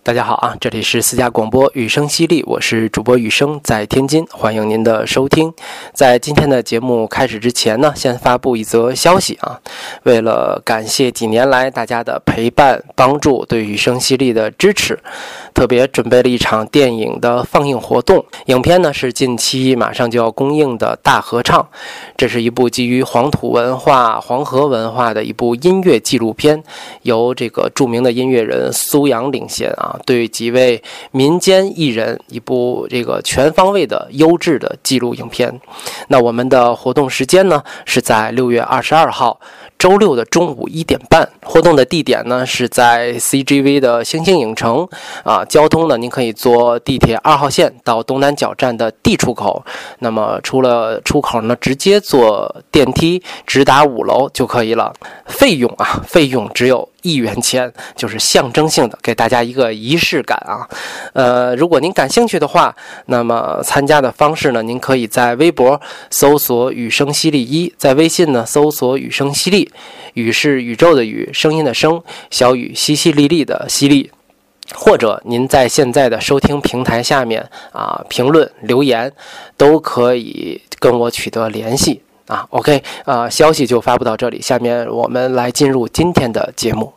大家好啊，这里是私家广播雨声犀利，我是主播雨声，在天津，欢迎您的收听。在今天的节目开始之前呢，先发布一则消息啊，为了感谢几年来大家的陪伴、帮助，对雨声犀利的支持，特别准备了一场电影的放映活动。影片呢是近期马上就要公映的大合唱，这是一部基于黄土文化、黄河文化的一部音乐纪录片，由这个著名的音乐人苏阳领衔啊，对几位民间艺人一部这个全方位的优质的记录影片。那我们的活动时间呢是在6月22号周六的中午1点半，活动的地点呢是在 CGV 的星星影城啊。交通呢，您可以坐地铁2号线到东南角站的 D 出口，那么出了出口呢，直接坐电梯直达5楼就可以了。费用只有1元钱，就是象征性的给大家一个仪式感啊。如果您感兴趣的话，那么参加的方式呢，您可以在微博搜索雨声犀利1，在微信呢搜索雨声犀利，雨是宇宙的雨，声音的声，小雨淅淅沥沥的淅沥。或者您在现在的收听平台下面啊评论留言，都可以跟我取得联系啊。OK， 消息就发布到这里，下面我们来进入今天的节目。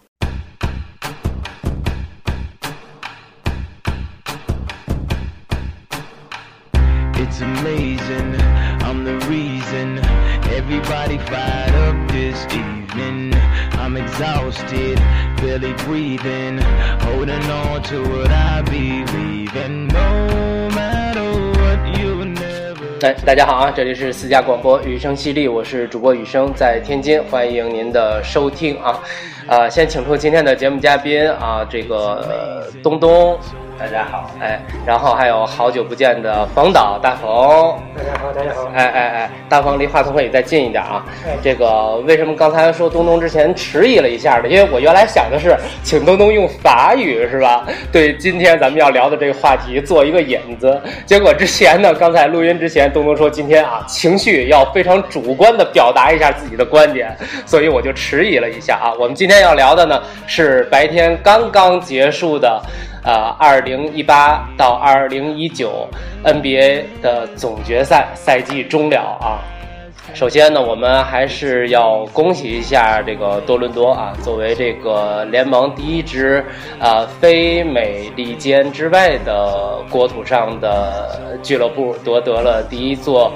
It's amazing, I'm the reason everybody fired up this evening. I'm exhausted, barely breathing, holding on to what I believe in. No matter what, you'll never. 大家好啊，这里是私家广播雨声犀利，我是主播雨声，在天津，欢迎您的收听啊。先请出今天的节目嘉宾啊，这个东东。 大家好， 然后还有好久不见的冯导大冯， 大家好，大家好， 大冯离话筒可以再近一点啊。这个为什么刚才说东东之前迟疑了一下呢？因为我原来想的是请东东用法语是吧？对，今天咱们要聊的这个话题做一个引子。结果之前呢，刚才录音之前，东东说今天啊情绪要非常主观的表达一下自己的观点，所以我就迟疑了一下啊。我们今天要聊的呢是白天刚刚结束的。2018到2019 NBA 的总决赛赛季终了啊。首先呢，我们还是要恭喜一下这个多伦多啊，作为这个联盟第一支非美利坚之外的国土上的俱乐部，夺得了第一座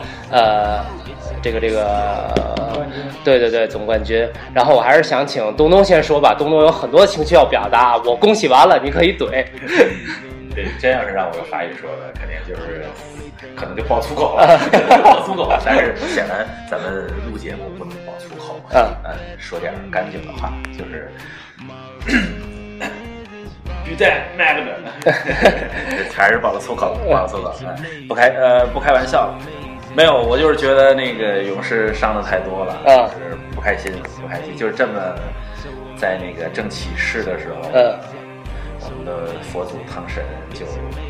对总冠军。然后我还是想请东东先说吧，东东有很多情绪要表达，我恭喜完了，你可以怼。 对，真要是让我用法语说的，肯定就是可能就爆粗口了，爆粗口。但是显然咱们录节目不能爆粗口，说点干净的话，就是巨蛋那个的，还是爆了粗口，不开玩笑。没有，我就是觉得那个勇士伤的太多了，就是不开心，就是这么在那个正起势的时候，我们的佛祖汤神就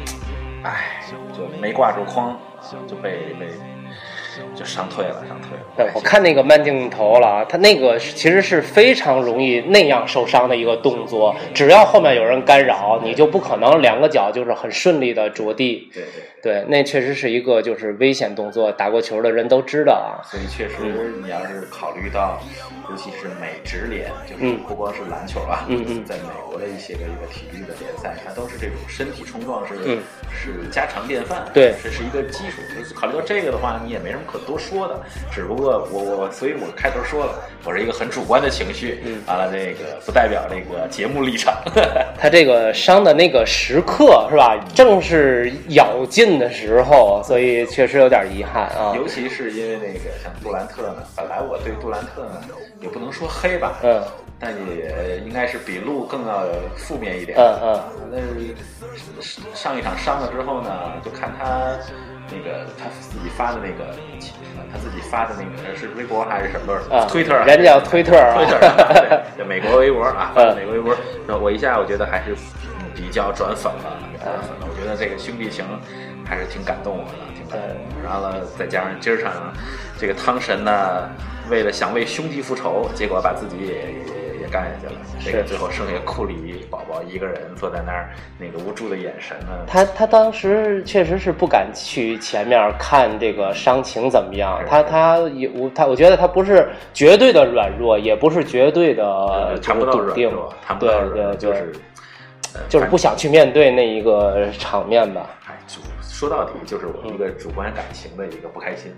没挂住筐，就就伤退了。 对，我看那个慢镜头了，他那个其实是非常容易那样受伤的一个动作，只要后面有人干扰，你就不可能两个脚就是很顺利的着地。对，那确实是一个就是危险动作，打过球的人都知道啊。 所以确实，你要是考虑到，尤其是美职联，就是不光是篮球啊，在美国的一些个体育的联赛，它都是这种身体冲撞是家常便饭。 对， 这是一个基础。考虑到这个的话，你也没什么可多说的。只不过所以我开头说了，我是一个很主观的情绪，完了这个不代表这个节目立场。 他这个伤的那个时刻是吧，正是咬劲的时候，所以确实有点遗憾啊。 尤其是因为那个像杜兰特呢，本来我对杜兰特呢也不能说黑吧，但也应该是比路更要负面一点。那上一场伤了之后呢，就看他那个他自己发的那个是微博还是什么推特？ 人家叫推特啊， 对，美国微博啊，美国微博。我一下我觉得还是比较转粉了。我觉得这个兄弟情还是挺感动我的，然后再加上今儿场这个汤神呢，为了想为兄弟复仇，结果把自己也干下去了。这个最后剩下库里宝宝一个人坐在那儿，那个无助的眼神呢。 他当时确实是不敢去前面看这个伤情怎么样。我觉得他不是绝对的软弱，也不是绝对的谈不到笃定， 谈不到软弱， 就是不想去面对那一个场面吧。 说到底就是我一个主观感情的一个不开心。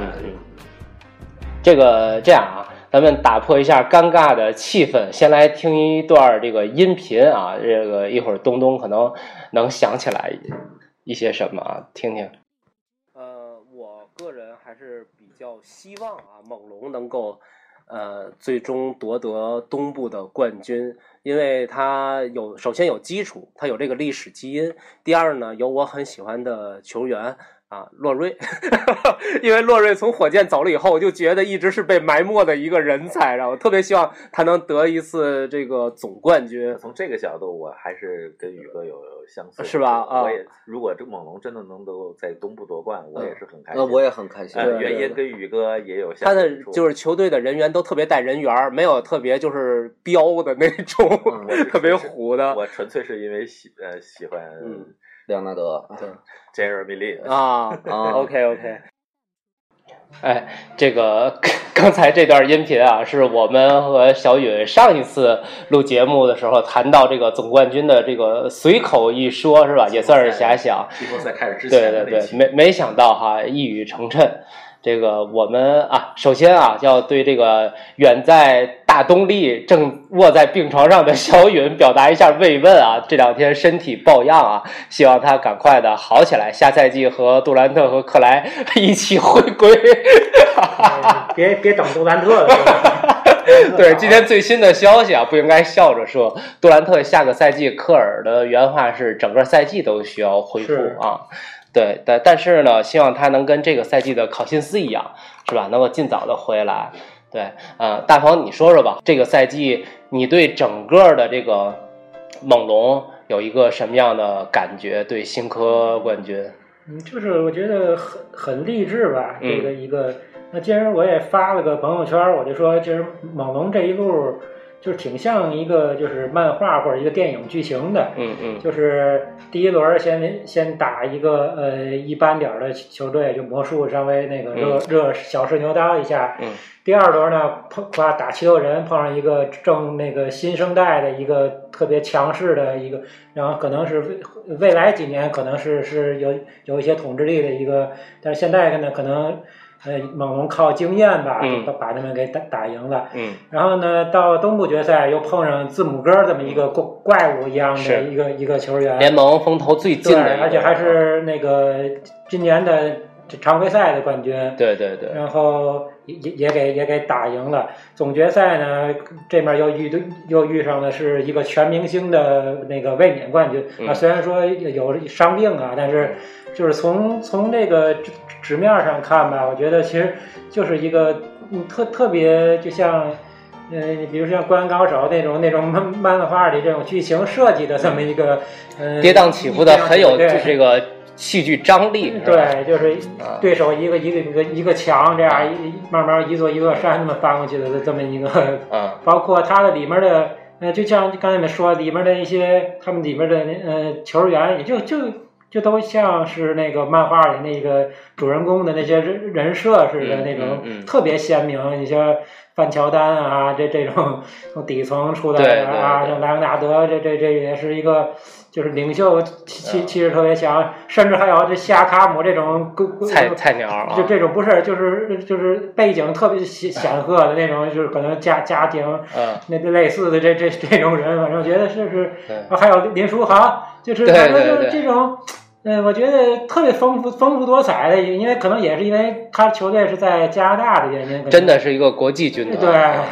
这样啊，咱们打破一下尴尬的气氛，先来听一段这个音频啊，这个一会儿东东可能能想起来一些什么啊，听听。我个人还是比较希望啊，猛龙能够最终夺得东部的冠军，因为它首先有基础，它有这个历史基因。第二呢，有我很喜欢的球员啊，洛瑞，因为洛瑞从火箭走了以后，我就觉得一直是被埋没的一个人才，然后我特别希望他能得一次这个总冠军。 从这个角度，我还是跟宇哥有相似， 是吧？ 我也如果这猛龙真的能够在东部夺冠，我也是很开心。 我也很开心。 原因跟宇哥也有相似。 他的就是球队的人员都特别带人缘，没有特别就是彪的那种，特别虎的。 我纯粹是因为喜欢莱昂纳德， 对 Jeremy Lin 啊，OK。哎，这个刚才这段音频啊，是我们和小允上一次录节目的时候谈到这个总冠军的这个随口一说，是吧？也算是遐想。 季后赛开始之前的那期， 对，没想到哈，一语成谶。这个我们啊，首先啊，要对这个远在大东丽正卧在病床上的小允表达一下慰问啊，这2天身体抱恙啊，希望他赶快的好起来，下赛季和杜兰特和克莱一起回归。 别等杜兰特了。 对，今天最新的消息啊，不应该笑着说，杜兰特下个赛季科尔的原话是整个赛季都需要恢复啊。对，但是呢，希望他能跟这个赛季的考辛斯一样，是吧？能够尽早的回来。对，大鹏，你说说吧，这个赛季你对整个的这个猛龙有一个什么样的感觉？对新科冠军？ 就是我觉得很励志吧，这个一个。那今儿我也发了个朋友圈，我就说，就是猛龙这一路。就是挺像一个就是漫画或者一个电影剧情的，就是第一轮先打一个一般点的球队，就魔术稍微那个热小试牛刀一下，第二轮呢打七六人碰上一个正那个新生代的一个特别强势的一个，然后可能是未来几年可能是有一些统治力的一个，但是现在呢可能。猛龙靠经验吧，把他们给打赢了。然后呢，到东部决赛又碰上字母哥这么一个怪物一样的一个球员， 联盟风头最近的， 而且还是那个今年的常规赛的冠军。 对。 然后也给打赢了。总决赛呢，这面又遇上的是一个全明星的那个卫冕冠军啊，虽然说有伤病啊，但是就是从这个纸面上看吧，我觉得其实就是一个特别就像比如像《灌篮高手》那种漫画里这种剧情设计的这么一个跌宕起伏的，很有这个戏剧张力。 对，就是对手一个墙这样慢慢一座一座山那么翻过去的这么一个，包括它的里面的就像刚才你们说里面的一些他们里面的球员也就都像是那个漫画里那个主人公的那些人设似的那种特别鲜明。你像范乔丹啊，这种从底层出来的啊，像莱昂纳德，这也是一个就是领袖气势特别强，甚至还有这西亚卡姆这种菜鸟啊， 就这种不是就是背景特别显赫的那种，就是可能家庭那类似的这种人，反正我觉得是还有林书豪，就是反正就是这种。我觉得特别丰富多彩的，因为可能也是因为他球队是在加拿大的原因， 真的是一个国际军团。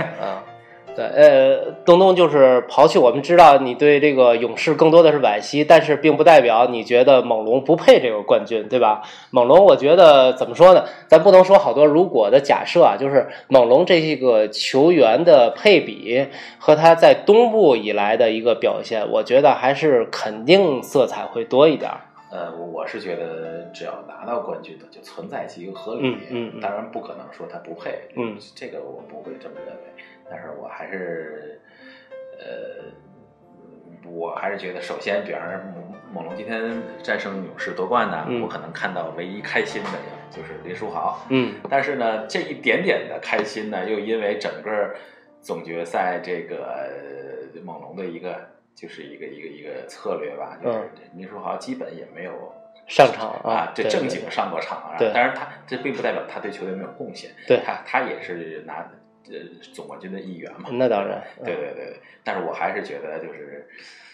对，东东就是刨去我们知道你对这个勇士更多的是惋惜，但是并不代表你觉得猛龙不配这个冠军，对吧？猛龙我觉得怎么说呢？咱不能说好多如果的假设啊，就是猛龙这个球员的配比和他在东部以来的一个表现，我觉得还是肯定色彩会多一点。 我是觉得只要拿到冠军的就存在其一个合理，当然不可能说他不配，这个我不会这么认为，但是我还是我还是觉得，首先，比方说猛龙今天战胜勇士夺冠呢，我可能看到唯一开心的就是林书豪。但是呢，这一点点的开心呢，又因为整个总决赛这个猛龙的一个策略吧，就是林书豪基本也没有上场啊，这正经上过场啊。当然这并不代表他对球队没有贡献， 对他也是拿总冠军的一员嘛。 那当然， 对。但是我还是觉得就是，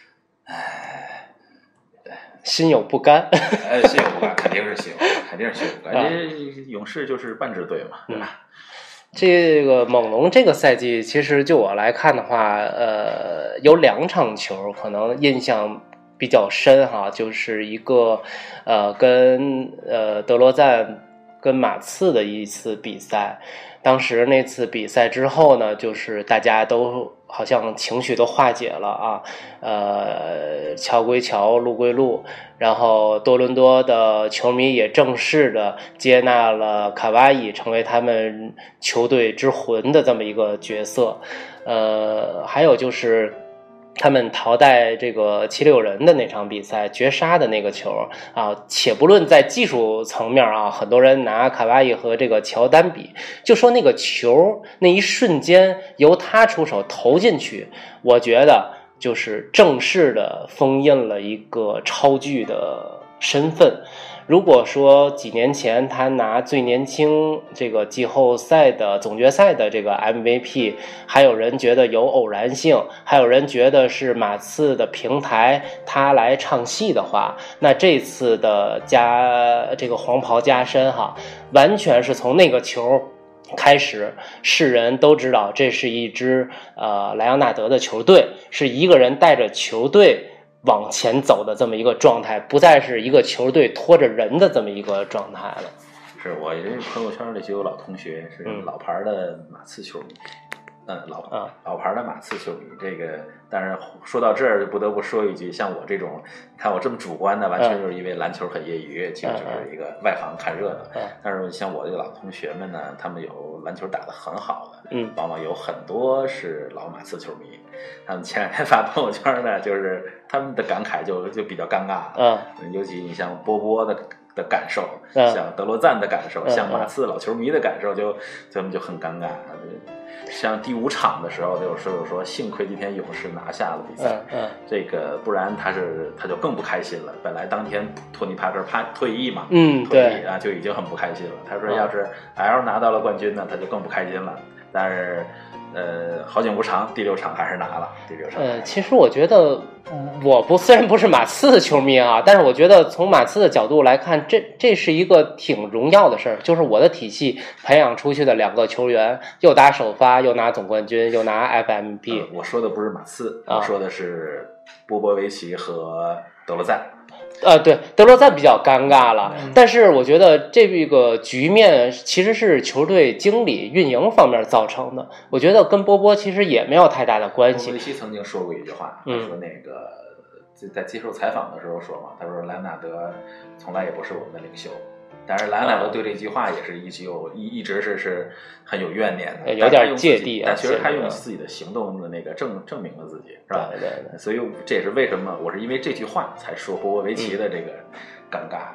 心有不甘。 心有不甘，肯定是心有不甘。勇士就是半支队嘛，对吧？ 这个猛龙这个赛季，其实就我来看的话，有2场球可能印象比较深哈，就是一个跟德罗赞跟马刺的一次比赛。当时那次比赛之后呢，就是大家都好像情绪都化解了啊，桥归桥，路归路，然后多伦多的球迷也正式的接纳了卡哇伊成为他们球队之魂的这么一个角色。还有就是他们淘汰这个76人的那场比赛，绝杀的那个球啊，且不论在技术层面啊，很多人拿卡哇伊和这个乔丹比，就说那个球那一瞬间由他出手投进去，我觉得就是正式的封印了一个超巨的身份。如果说几年前他拿最年轻这个季后赛的总决赛的这个 MVP， 还有人觉得有偶然性，还有人觉得是马刺的平台他来唱戏的话，那这次的这个黄袍加身哈，完全是从那个球开始，世人都知道这是一支莱昂纳德的球队，是一个人带着球队往前走的这么一个状态，不再是一个球队拖着人的这么一个状态了。 是我这朋友圈里就有老同学是老牌的马刺球迷，老牌的马刺球迷。这个当然说到这儿不得不说一句，像我这种看我这么主观的，完全就是因为篮球很业余，其实就是一个外行看热闹。但是像我这个老同学们呢，他们有篮球打得很好的，往往有很多是老马刺球迷。他们前2天发朋友圈呢，就是他们的感慨就比较尴尬了。尤其你像波波的感受，像德罗赞的感受，像马刺老球迷的感受，他们就很尴尬。像第5场的时候，就是说幸亏今天勇士拿下了比赛，这个不然他就更不开心了。本来当天托尼帕克退役嘛，退役啊就已经很不开心了。他说要是 L 拿到了冠军呢，他就更不开心了。但是好景不长，第6场还是拿了。 其实我觉得虽然不是马刺的球迷啊，但是我觉得从马刺的角度来看，这是一个挺荣耀的事儿。就是我的体系培养出去的2个球员，又打首发，又拿总冠军，又拿 FMVP。 我说的不是马刺，我说的是波波维奇和德罗赞。 对，德罗赞比较尴尬了，但是我觉得这个局面其实是球队经理运营方面造成的，我觉得跟波波其实也没有太大的关系。 波波维奇曾经说过一句话，他说那个在接受采访的时候说嘛，他说莱昂纳德从来也不是我们的领袖。但是莱昂纳德对这句话也是一直是很有怨念的， 有点芥蒂。 但其实他用自己的行动的那个证明了自己，是吧？ 对。 所以这也是为什么我是因为这句话才说波波维奇的这个尴尬。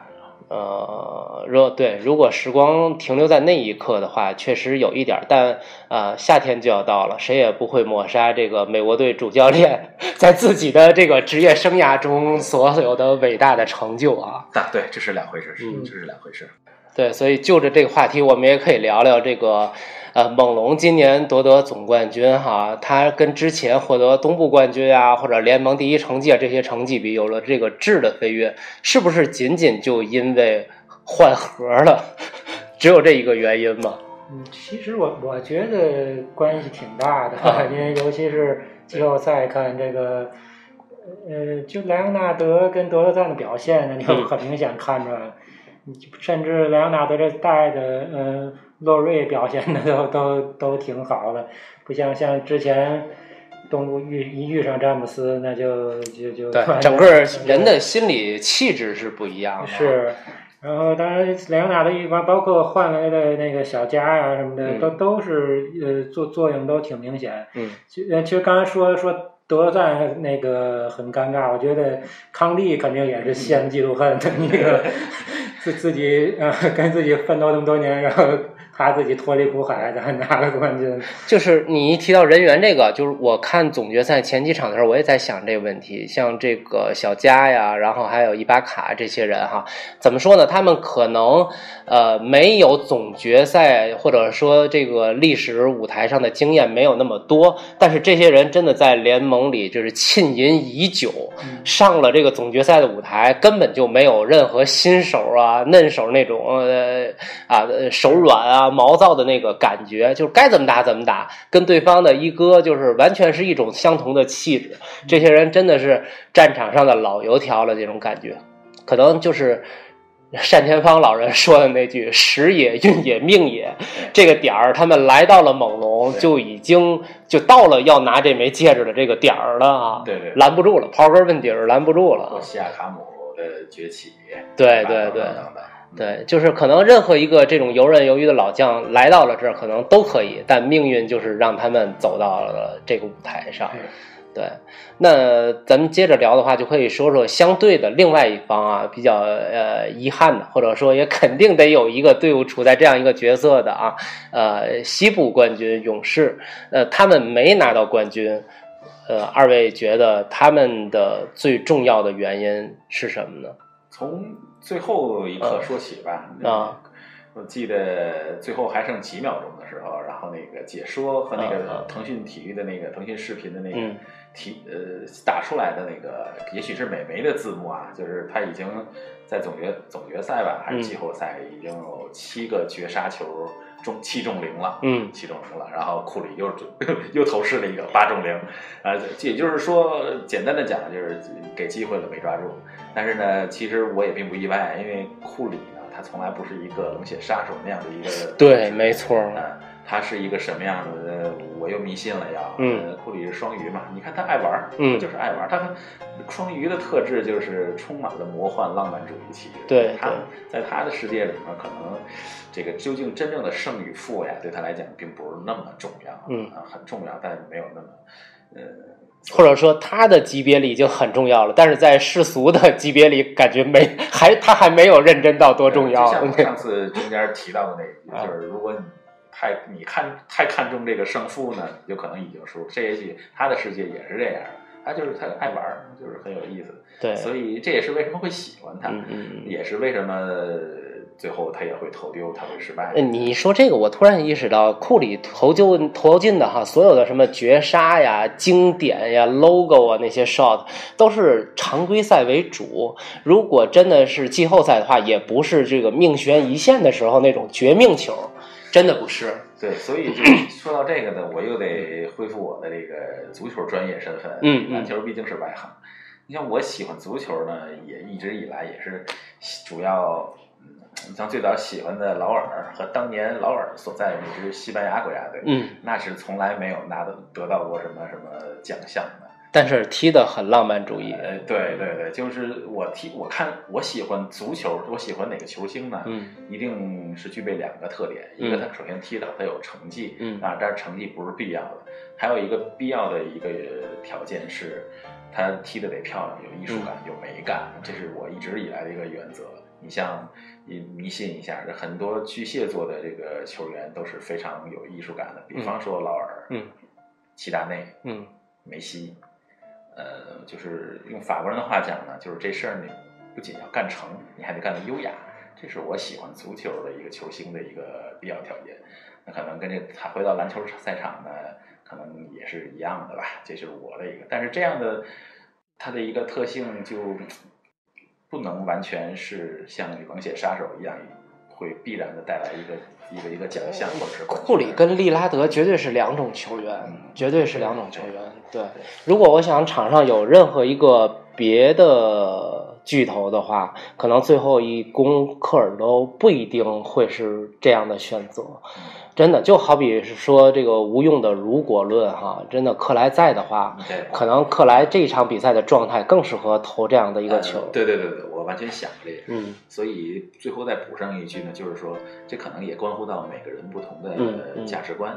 如果时光停留在那一刻的话，确实有一点，但夏天就要到了，谁也不会抹杀这个美国队主教练在自己的这个职业生涯中所有的伟大的成就啊！ 对，这是2回事，这是2回事。 对，所以就着这个话题，我们也可以聊聊这个猛龙今年夺得总冠军哈，他跟之前获得东部冠军啊，或者联盟第1成绩啊这些成绩比，有了这个质的飞跃，是不是仅仅就因为换核了？只有这一个原因吗？ 其实我觉得关系挺大的，因为尤其是季后赛看这个，就莱昂纳德跟德罗赞的表现呢，你很明显看出来。甚至莱昂纳德这带的洛瑞表现的都挺好的，不像之前东部遇上詹姆斯，那就对整个人的心理气质是不一样的。 是，然后当然莱昂纳德一般包括换来的那个小加呀什么的，都是作用都挺明显。其实刚才说德赞那个很尴尬，我觉得康利肯定也是陷嫉妒恨的那个，自己跟自己奋斗那么多年，然后他自己脱离苦海，然后拿了冠军。 就是你一提到人员这个，就是我看总决赛前几场的时候，我也在想这个问题。像这个小加呀，然后还有伊巴卡这些人哈，怎么说呢？他们可能没有总决赛或者说这个历史舞台上的经验没有那么多，但是这些人真的在联盟里就是浸淫已久，上了这个总决赛的舞台，根本就没有任何新手啊、嫩手那种手软啊、毛躁的那个感觉，就是该怎么打怎么打，跟对方的一哥就是完全是一种相同的气质。这些人真的是战场上的老油条了，这种感觉，可能就是单田芳老人说的那句时也运也命也，这个点儿他们来到了猛龙就已经就到了要拿这枚戒指的这个点儿了啊， 对对， 拦不住了，刨根问底儿拦不住了。 西亚卡姆的崛起， 对对对对，就是可能任何一个这种游刃有余的老将来到了这儿可能都可以，但命运就是让他们走到了这个舞台上。对，那咱们接着聊的话，就可以说说相对的另外一方啊，比较遗憾的，或者说也肯定得有一个队伍处在这样一个角色的啊，西部冠军勇士，他们没拿到冠军，二位觉得他们的最重要的原因是什么呢？ 从最后一刻说起吧。我记得最后还剩几秒钟的时候，然后那个解说和那个腾讯体育的那个腾讯视频的那个打出来的那个，也许是美媒的字幕啊，就是他已经在总决赛吧，还是季后赛，已经有7个绝杀球7中0了，7中0了，然后库里又投射了一个8中0，也就是说，简单的讲就是给机会了没抓住。但是呢，其实我也并不意外，因为库里呢，他从来不是一个冷血杀手那样的一个， 对，没错， 他是一个什么样的？我又迷信了要，库里是双鱼嘛，你看他爱玩，就是爱玩，他双鱼的特质就是充满了魔幻浪漫主义气质。 对， 他在他的世界里面，可能这个究竟真正的胜与负呀，对他来讲并不是那么重要，很重要，但没有那么， 或者说他的级别里已经很重要了，但是在世俗的级别里感觉他还没有认真到多重要。 就像我上次中间提到的那个，就是如果你太看重这个胜负呢，有可能已经输。这也许他的世界也是这样的，他爱玩，就是很有意思。 对， 所以这也是为什么会喜欢他，也是为什么最后他也会投丢，他会失败。 你说这个，我突然意识到，库里投进的哈，所有的什么绝杀呀、经典呀、logo 啊那些 shot， 都是常规赛为主。如果真的是季后赛的话，也不是这个命悬一线的时候那种绝命球，真的不是。 对，所以就说到这个呢，我又得恢复我的这个足球专业身份。篮球毕竟是外行。你像我喜欢足球呢，也一直以来也是主要。像最早喜欢的劳尔和当年劳尔所在的那支西班牙国家队，那是从来没有得到过什么奖项的， 但是踢得很浪漫主义。 对对对，就是我喜欢足球，我喜欢哪个球星呢？一定是具备2个特点，一个他首先踢得他有成绩，但是成绩不是必要的，还有一个必要的一个条件是他踢得得漂亮，有艺术感，有美感，这是我一直以来的一个原则。你像迷信一下，很多巨蟹座的这个球员都是非常有艺术感的，比方说劳尔，齐达内，梅西，就是用法国人的话讲呢，就是这事儿你不仅要干成，你还得干得优雅，这是我喜欢足球的一个球星的一个必要条件。那可能跟他回到篮球赛场呢，可能也是一样的吧，这是我的一个，但是这样的他的一个特性就不能完全是像冷血杀手一样，会必然的带来一个奖项或者是冠军。 库里跟利拉德绝对是2种球员，绝对是2种球员。对，如果我想场上有任何一个别的巨头的话，可能最后一攻科尔都不一定会是这样的选择。真的就好比是说这个无用的如果论哈，真的克莱在的话，可能克莱这一场比赛的状态更适合投这样的一个球。 对对对对，我完全想这个。所以最后再补上一句呢，就是说这可能也关乎到每个人不同的价值观。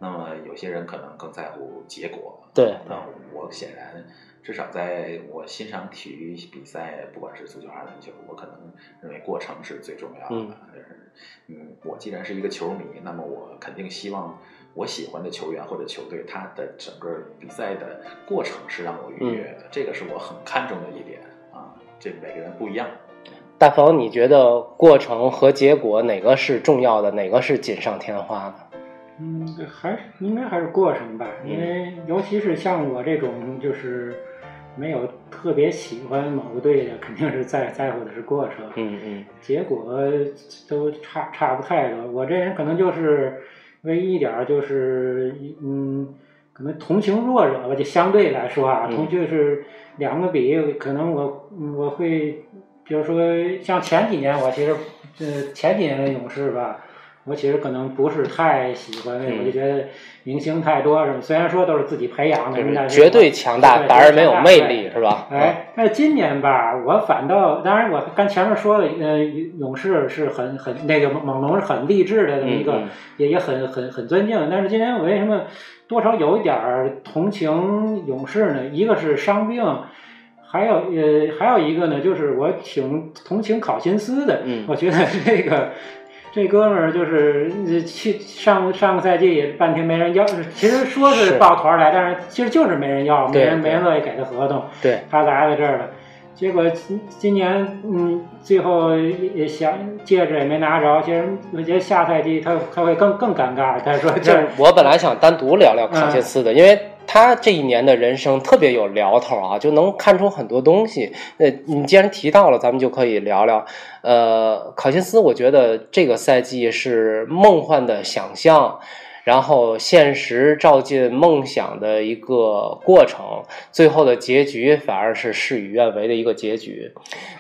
那么有些人可能更在乎结果。 对， 那我显然至少在我欣赏体育比赛，不管是足球还是篮球，我可能认为过程是最重要的。我既然是一个球迷，那么我肯定希望我喜欢的球员或者球队，他的整个比赛的过程是让我愉悦的，这个是我很看重的一点啊。这每个人不一样。 大冯，你觉得过程和结果哪个是重要的，哪个是锦上添花的？ 应该还是过程吧，因为尤其是像我这种就是没有特别喜欢某个队的，肯定是在乎的是过程。结果都差不太多。我这人可能就是唯一一点就是可能同情弱者吧，就相对来说啊，就是两个比，可能我会比如说像前几年，我其实前几年的勇士吧。我其实可能不是太喜欢，我就觉得明星太多什么，虽然说都是自己培养的，但是绝对强大，反而没有魅力，是吧？ 但是今年吧，我反倒，当然我刚前面说的，勇士是很那个猛龙是很励志的这么一个，也很尊敬。但是今年我为什么多少有一点同情勇士呢？一个是伤病。还有一个呢，就是我挺同情考辛斯的，我觉得这哥们儿就是去上个赛季也半天没人要，其实说是抱团来，但是其实就是没人要，没人乐意给他合同。 对， 他来了这儿了，结果今年最后也想戒指也没拿着，其实我觉得下赛季他会更尴尬。他说这我本来想单独聊聊考辛斯的，因为他这一年的人生特别有聊头啊，就能看出很多东西。你既然提到了，咱们就可以聊聊。考辛斯，我觉得这个赛季是梦幻的想象，然后现实照进梦想的一个过程，最后的结局反而是事与愿违的一个结局。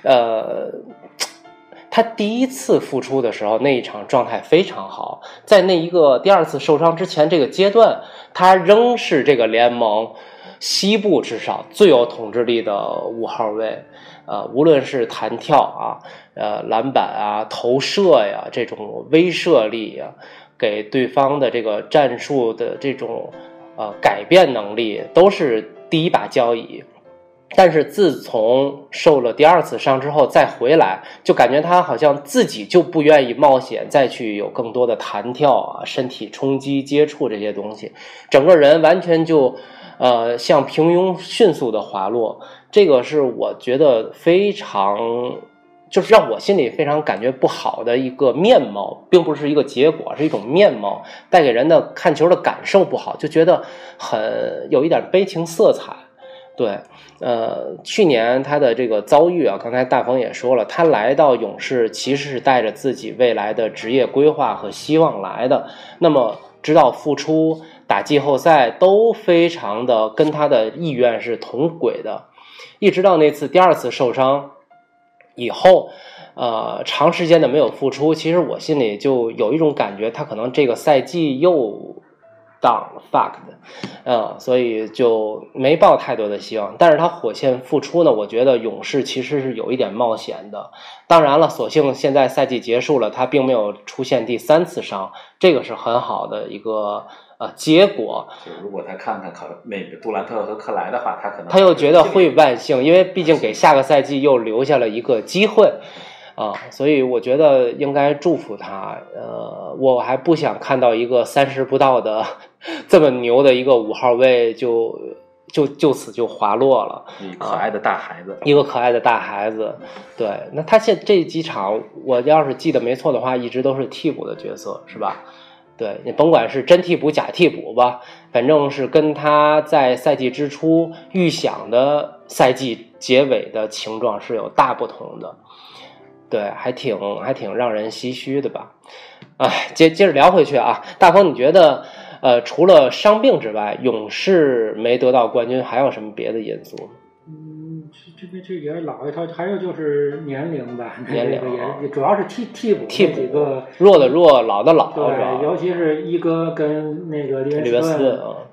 他第一次复出的时候，那一场状态非常好，在那一个第二次受伤之前这个阶段，他仍是这个联盟西部至少最有统治力的5号位。无论是弹跳啊、篮板啊、投射呀，这种威慑力啊，给对方的这个战术的这种改变能力，都是第一把交椅。但是自从受了第二次伤之后再回来，就感觉他好像自己就不愿意冒险再去有更多的弹跳啊、身体冲击、接触这些东西，整个人完全就像平庸迅速的滑落。这个是我觉得非常就是让我心里非常感觉不好的一个面貌，并不是一个结果，是一种面貌，带给人的看球的感受不好，就觉得很有一点悲情色彩。对，去年他的这个遭遇啊，刚才大鹏也说了，他来到勇士其实是带着自己未来的职业规划和希望来的，那么直到复出打季后赛都非常的跟他的意愿是同轨的，一直到那次第二次受伤以后，长时间的没有复出，其实我心里就有一种感觉，他可能这个赛季又down fuck 的，所以就没抱太多的希望。但是他火线复出呢，我觉得勇士其实是有一点冒险的。当然了，所幸现在赛季结束了，他并没有出现第3次伤，这个是很好的一个结果。 就如果他看那个杜兰特和克莱的话，他又觉得会万幸，因为毕竟给下个赛季又留下了一个机会。所以我觉得应该祝福他。我还不想看到一个30不到的这么牛的一个5号位就此就滑落了。 一个可爱的大孩子， 一个可爱的大孩子。对，那他这几场，我要是记得没错的话，一直都是替补的角色，是吧？对，你甭管是真替补假替补吧，反正是跟他在赛季之初预想的赛季结尾的情状是有大不同的。对，还挺让人唏嘘的吧。接着聊回去啊，大鹏，你觉得除了伤病之外，勇士没得到冠军还有什么别的因素？ 这也老一套，还有就是年龄吧， 年龄也主要是替补几个弱的弱，老的老， 对，尤其是一哥跟那个利文斯顿，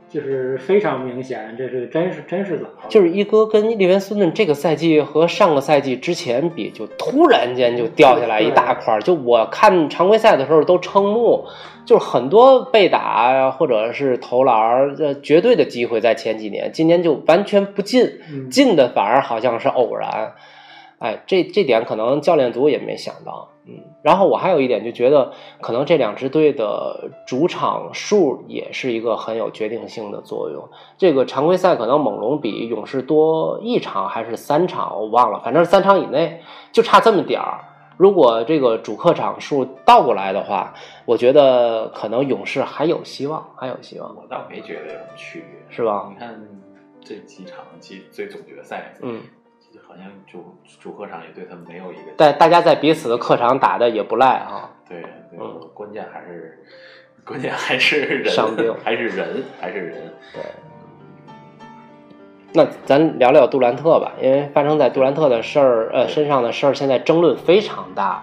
就是非常明显，这是真是早。 就是一哥跟利文斯顿这个赛季和上个赛季之前比，就突然间就掉下来一大块。就我看常规赛的时候都瞠目，就是很多被打或者是投篮绝对的机会在前几年，今年就完全不进，进的反而好像是偶然。哎，这点可能教练组也没想到。然后我还有一点就觉得，可能这两支队的主场数也是一个很有决定性的作用。这个常规赛可能猛龙比勇士多1场还是3场，我忘了，反正是3场以内，就差这么点儿。如果这个主客场数倒过来的话，我觉得可能勇士还有希望，还有希望。 我倒没觉得有什么区别， 是吧？ 你看这几场最总决赛，好像主客场也对他们没有一个， 但大家在彼此的客场打的也不赖啊。 对，关键还是人， 伤病， 还是人。 对。那咱聊聊杜兰特吧，因为发生在杜兰特的事儿，身上的事儿，现在争论非常大。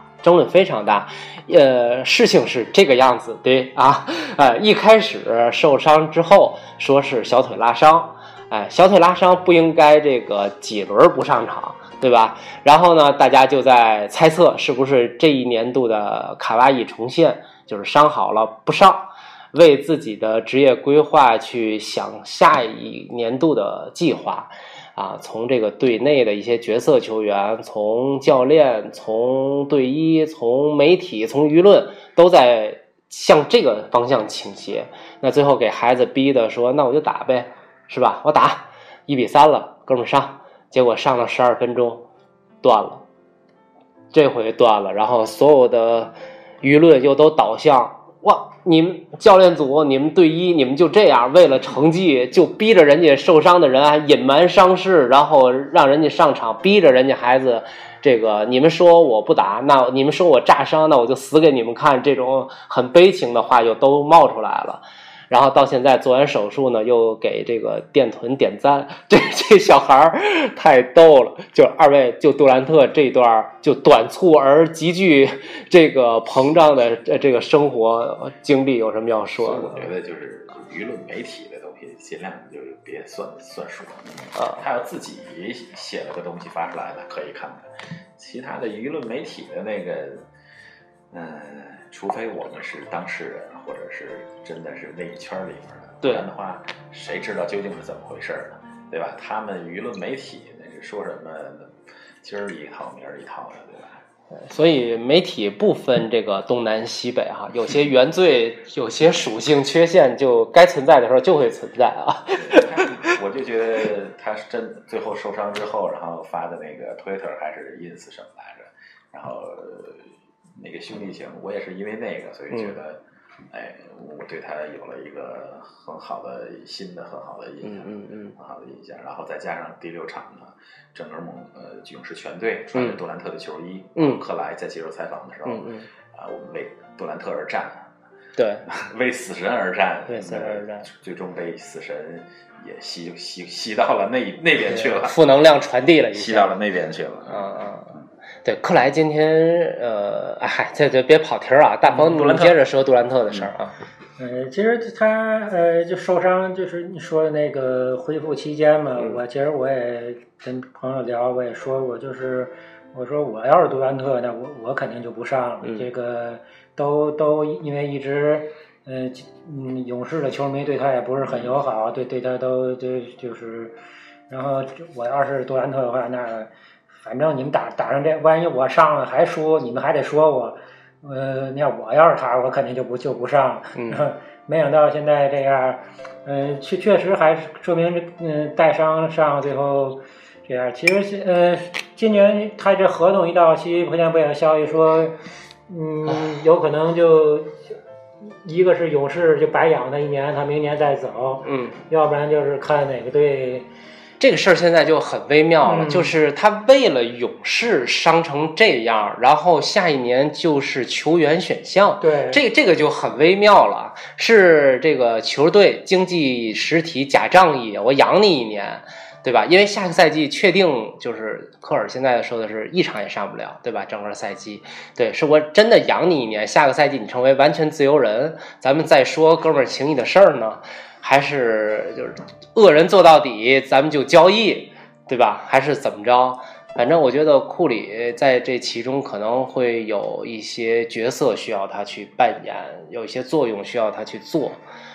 事情是这个样子，对啊，一开始受伤之后说是小腿拉伤。小腿拉伤不应该这个几轮不上场，对吧？然后呢，大家就在猜测是不是这一年度的卡哇伊重现，就是伤好了不上，为自己的职业规划去想下一年度的计划啊。从这个队内的一些角色球员，从教练，从队医，从媒体，从舆论，都在向这个方向倾斜。那最后给孩子逼的说，那我就打呗。是吧？我打1-3了，哥们上，结果上了12分钟，断了，这回断了，然后所有的舆论又都导向，哇，你们教练组，你们队医，你们就这样为了成绩就逼着人家受伤的人还隐瞒伤势，然后让人家上场，逼着人家孩子这个，你们说我不打，那你们说我炸伤，那我就死给你们看，这种很悲情的话就都冒出来了。然后到现在做完手术呢，又给这个电臀点赞，这小孩太逗了。就二位就杜兰特这一段就短促而极具这个膨胀的这个生活经历有什么要说的？ 我觉得就是舆论媒体的东西尽量就是别算数啊。他要自己写了个东西发出来了可以看看，其他的舆论媒体的那个除非我们是当事人，或者是真的是那一圈里面的，不然的话，谁知道究竟是怎么回事呢？对吧？他们舆论媒体那是说什么，今儿一套，明儿一套的，对吧？ 所以媒体不分这个东南西北哈，有些原罪，有些属性缺陷，就该存在的时候就会存在啊。 我就觉得他是真的最后受伤之后，然后发的那个 Twitter 还是 ins 什么来着，然后。那个兄弟情，我也是因为那个，所以觉得，我对他有了一个很好的新的很好的印象，很好的印象。然后再加上第6场呢，整个勇士全队穿着杜兰特的球衣，克莱在接受采访的时候，我们为杜兰特而战， 对， 为死神而战， 为死神而战， 最终被死神也吸到了那边去了， 负能量传递了一下， 吸到了那边去了， 对，克莱今天这别跑题啊，大鹏你接着说杜兰特的事儿啊。 其实他就受伤，就是你说的那个恢复期间嘛，其实我也跟朋友聊，我也说过，就是我说我要是杜兰特，那我肯定就不上了。这个都因为一直勇士的球迷对他也不是很友好，对他都就是，然后我要是杜兰特的话，那。反正你们打上这，万一我上了还输，你们还得说我，那我要是他，我肯定就不上。没想到现在这样，确实还是说明带伤上最后这样。其实今年他这合同一到期，昨天不也有消息说，有可能就一个是勇士就白养他1年，他明年再走，要不然就是看哪个队。 这个事儿现在就很微妙了，就是他为了勇士伤成这样，然后下一年就是球员选项， 对， 这个就很微妙了，是这个球队经济实体假仗义，我养你1年，对吧？因为下个赛季确定就是科尔现在说的是1场也上不了，对吧？整个赛季，对，是我真的养你1年，下个赛季你成为完全自由人，咱们再说哥们儿情谊的事儿呢。 还是就是恶人做到底，咱们就交易，对吧？还是怎么着？反正我觉得库里在这其中可能会有一些角色需要他去扮演，有一些作用需要他去做。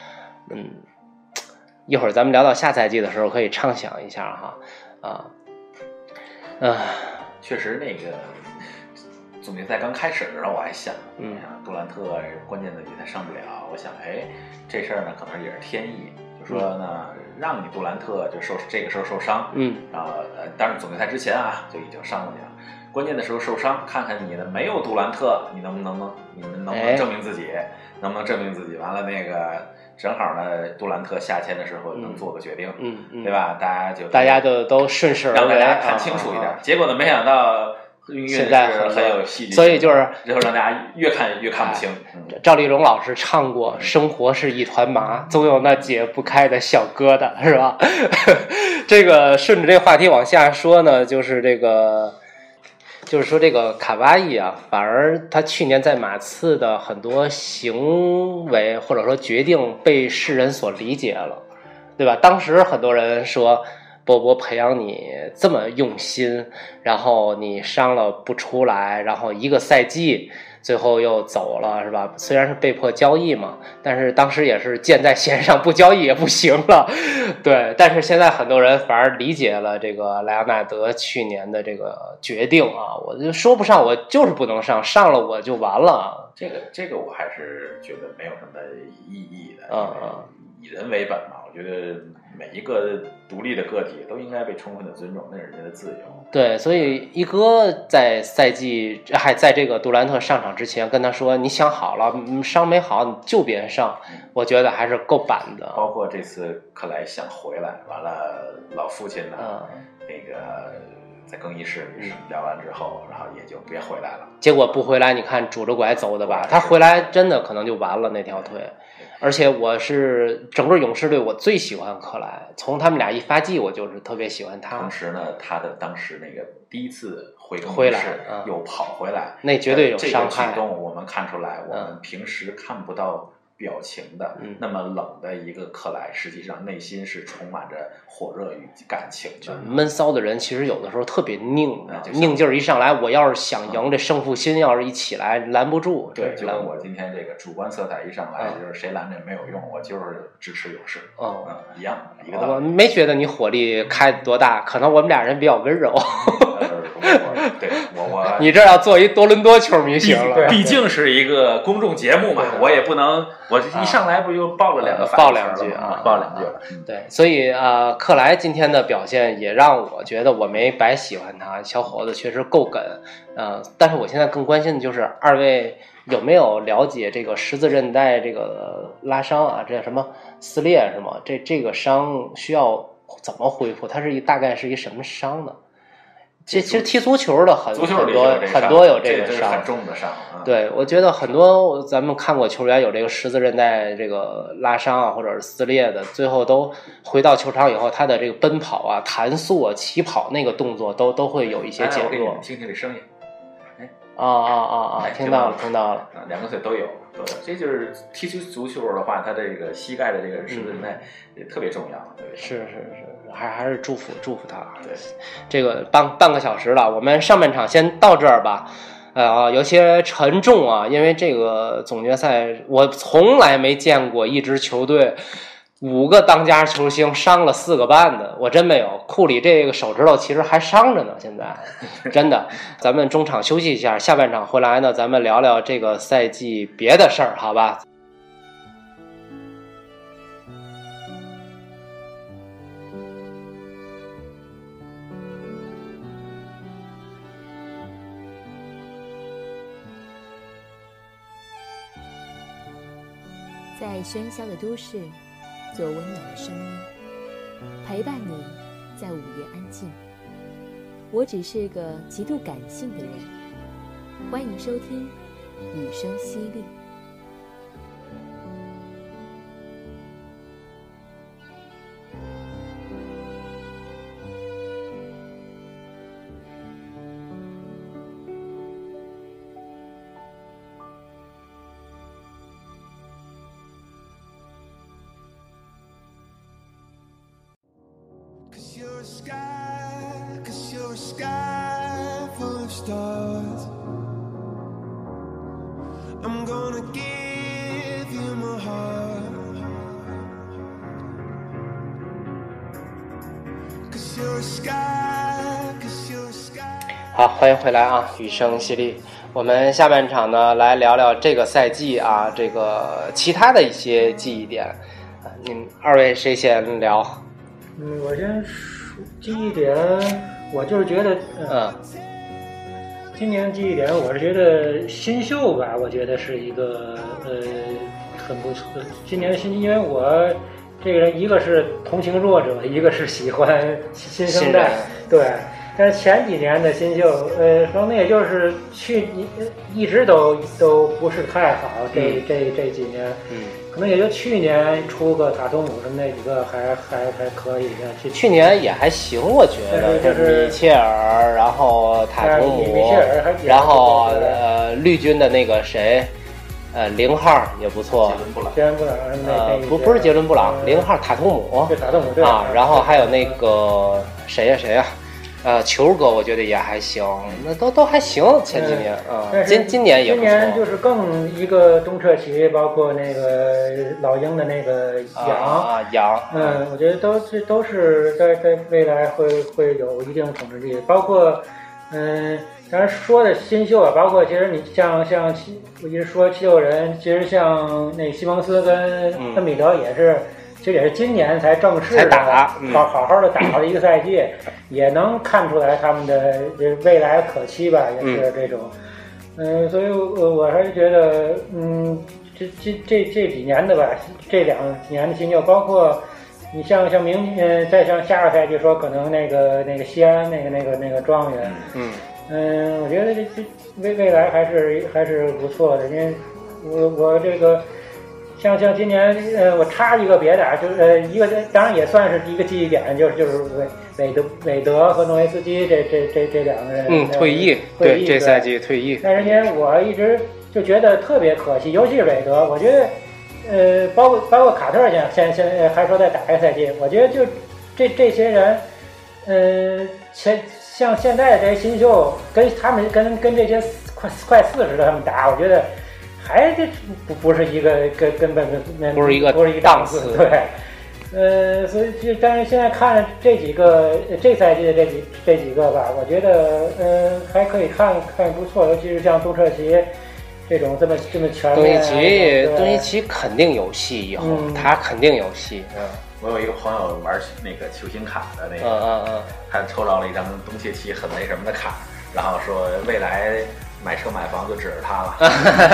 一会儿咱们聊到下赛季的时候可以畅想一下哈。 确实那个总决赛刚开始的时候我还想，杜兰特关键的比赛上不了，我想这事儿呢可能也是天意，就说呢让你杜兰特就这个时候受伤，然后当然总决赛之前啊就已经伤过去了，关键的时候受伤，看看你的没有杜兰特，你们能不能证明自己，能不能证明自己？完了那个正好呢，杜兰特下签的时候能做个决定，对吧？大家就都顺势而为， 让大家看清楚一点。结果呢，没想到现在很有戏剧性， 所以就是之后让大家越看不清。 赵丽蓉老师唱过《生活是一团麻，总有那解不开的小疙瘩》，是吧？这个顺着这个话题往下说呢，就是说这个卡哇伊啊，反而他去年在马刺的很多行为或者说决定被世人所理解了，对吧？当时很多人说波波培养你这么用心，然后你伤了不出来，然后一个赛季最后又走了，是吧？虽然是被迫交易嘛，但是当时也是箭在弦上，不交易也不行了，对。但是现在很多人反而理解了这个莱昂纳德去年的这个决定啊，我就说不上，我就是不能上，上了我就完了。 这个我还是觉得没有什么意义的，以人为本嘛，我觉得每一个独立的个体都应该被充分的尊重，那是人家的自由。 对，所以一哥在赛季还在这个杜兰特上场之前跟他说：“你想好了，伤没好你就别上。”我觉得还是够板的。 包括这次克莱想回来，完了老父亲呢，那个在更衣室里聊完之后，然后也就别回来了。 结果不回来，你看拄着拐走的吧？他回来真的可能就完了那条腿。而且我是整个勇士队我最喜欢克莱，从他们俩一发迹我就是特别喜欢他。 同时呢，他的当时那个第一次回来又跑回来， 那绝对有伤害。 这个举动我们看出来，我们平时看不到表情的，那么冷的一个克莱，实际上内心是充满着火热与感情的。 闷骚的人其实有的时候特别拧，拧劲儿一上来，我要是想赢，这胜负心要是一起来，拦不住。 对，就跟我今天这个主观色彩一上来，就是谁拦着也没有用，我就是支持勇士。一样一个道理。 我没觉得你火力开多大，可能我们俩人比较温柔。 对我你这要做一多伦多球迷行了， 毕竟是一个公众节目嘛，我也不能，我一上来不就爆了爆两句了。 对，所以克莱今天的表现也让我觉得我没白喜欢他，小伙子确实够梗。但是我现在更关心的就是二位有没有了解这个十字韧带这个拉伤啊，这叫什么撕裂是吗？这个伤需要怎么恢复？它大概是一什么伤呢？其实踢足球的很多有这个伤， 很重的伤。 对，我觉得很多咱们看过球员有这个十字韧带这个拉伤啊，或者是撕裂的，最后都回到球场以后，他的这个奔跑啊、弹速啊、起跑那个动作都会有一些减弱。 听听这声音。 听到了。 两个腿都有。这就是踢足球的话，他这个膝盖的这个十字韧带也特别重要。 是，还是祝福他。对，这个半个小时了，我们上半场先到这儿吧。有些沉重啊，因为这个总决赛我从来没见过一支球队5个当家球星伤了4个半的，我真没有。库里这个手指头其实还伤着呢，现在真的。咱们中场休息一下，下半场回来呢，咱们聊聊这个赛季别的事儿，好吧？ 在喧嚣的都市做温暖的声音，陪伴你在午夜安静。我只是个极度感性的人，欢迎收听雨声淅沥。 I'm gonna give you my heart, 'cause you're a sky, 'cause you're a sky. 好，欢迎回来啊，雨声犀利。我们下半场呢，来聊聊这个赛季啊，这个其他的一些记忆点。你们二位谁先聊？ 我先说记忆点，我就是觉得，今年记忆点，我是觉得新秀吧，我觉得是一个很不错。今年新，因为我这个人一个是同情弱者，一个是喜欢新生代，对。但是前几年的新秀，可能也就是一直都不是太好，这几年，可能也就去年出个塔图姆什么那几个还可以的。 去年也还行，我觉得就是米切尔，然后塔图姆，然后绿军的那个谁，0号也不错， 杰伦布朗不是杰伦布朗，0号塔图姆， 对塔图姆对啊，然后还有那个谁呀？球哥我觉得也还行，那都还行。前几年今年也不错。 今年就是更一个东彻奇，包括那个老鹰的那个杨， 我觉得都是在未来会有一定统治力，包括当然说的新秀啊，包括其实你像我一直说七六人，其实像那西蒙斯跟恩比德也是。其实也是今年才正式的好好的打了一个赛季，也能看出来他们的未来可期吧，也是这种，所以我还是觉得，这几年的吧，这2几年的新秀，包括你像再像下个赛季说可能那个西安那个状元，我觉得这未来还是不错的，因为我这个。像今年，我插一个别的，就是一个当然也算是一个记忆点，就是韦德和诺维斯基这两个人， 退役，对，这赛季退役。 但是呢，我一直就觉得特别可惜，尤其是韦德，我觉得，包括卡特现在还说再打一个赛季，我觉得就这些人，像现在这些新秀跟他们跟这些快40的他们打，我觉得。还这不是一个根本不是一个档次，对，所以但是现在看这赛季的这几个吧，我觉得还可以看不错，尤其是像东彻奇这种这么全面。 东契奇肯定有戏，以后他肯定有戏。 我有一个朋友玩那个球星卡的那个，他抽着了一张东契奇很那什么的卡，然后说未来。买车买房就指着他了，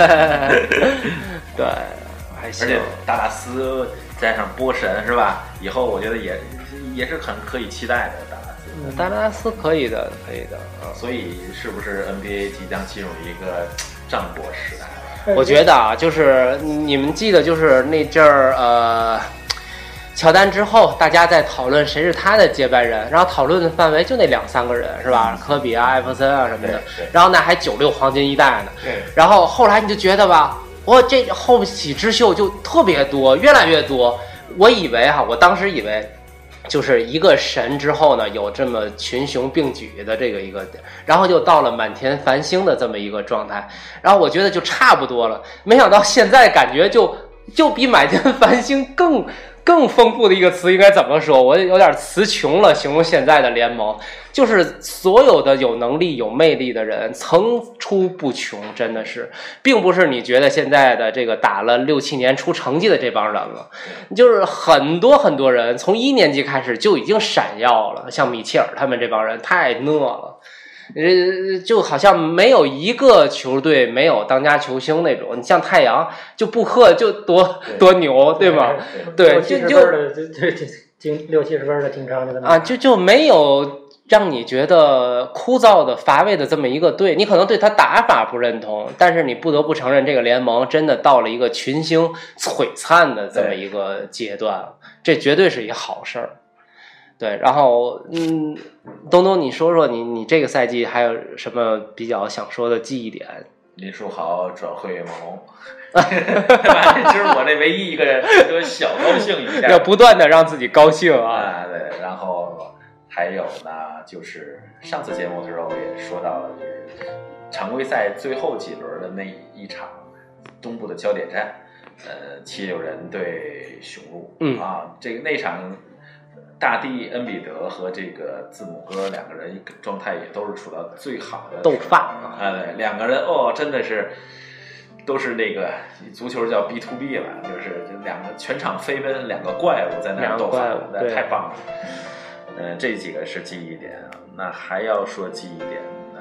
对，还行。 而且达拉斯加上波神是吧？以后我觉得也是很可以期待的。 达拉斯可以的。 所以是不是 NBA 即将进入一个战国时代？ 我觉得啊，就是你们记得就是那阵儿乔丹之后，大家在讨论谁是他的接班人，然后讨论的范围就那2-3个人是吧？科比啊、艾弗森啊什么的，然后那还96黄金一代呢。然后后来你就觉得吧，这后起之秀就特别多，越来越多。我当时以为就是一个神之后呢，有这么群雄并举的这个一个，然后就到了满天繁星的这么一个状态，然后我觉得就差不多了。没想到现在感觉就比满天繁星更丰富的一个词应该怎么说？我有点词穷了，形容现在的联盟，就是所有的有能力、有魅力的人层出不穷，真的是，并不是你觉得现在的这个打了6-7年出成绩的这帮人了，就是很多人从1年级开始就已经闪耀了，像米切尔他们这帮人太讷了。就好像没有一个球队没有当家球星那种，你像太阳就布克就多牛，对吗？对，就 60-70分的经常就没有让你觉得枯燥的乏味的这么一个队。你可能对他打法不认同，但是你不得不承认这个联盟真的到了一个群星璀璨的这么一个阶段，这绝对是一好事儿。对，然后东你说说你这个赛季还有什么比较想说的记忆点？ 林书豪转会猛龙，这是我这唯一一个人就小高兴一下， 要不断的让自己高兴啊。 对，然后还有呢，就是上次节目的时候也说到了，就是常规赛最后几轮的那一场东部的焦点战，76人对雄鹿，那场大帝恩比德和这个字母哥两个人状态也都是处到最好的斗发两个人真的是都是那个足球叫 B2B 了，就是两个全场飞奔，两个怪物在那儿斗法，那太棒了。这几个是记忆点，那还要说记忆点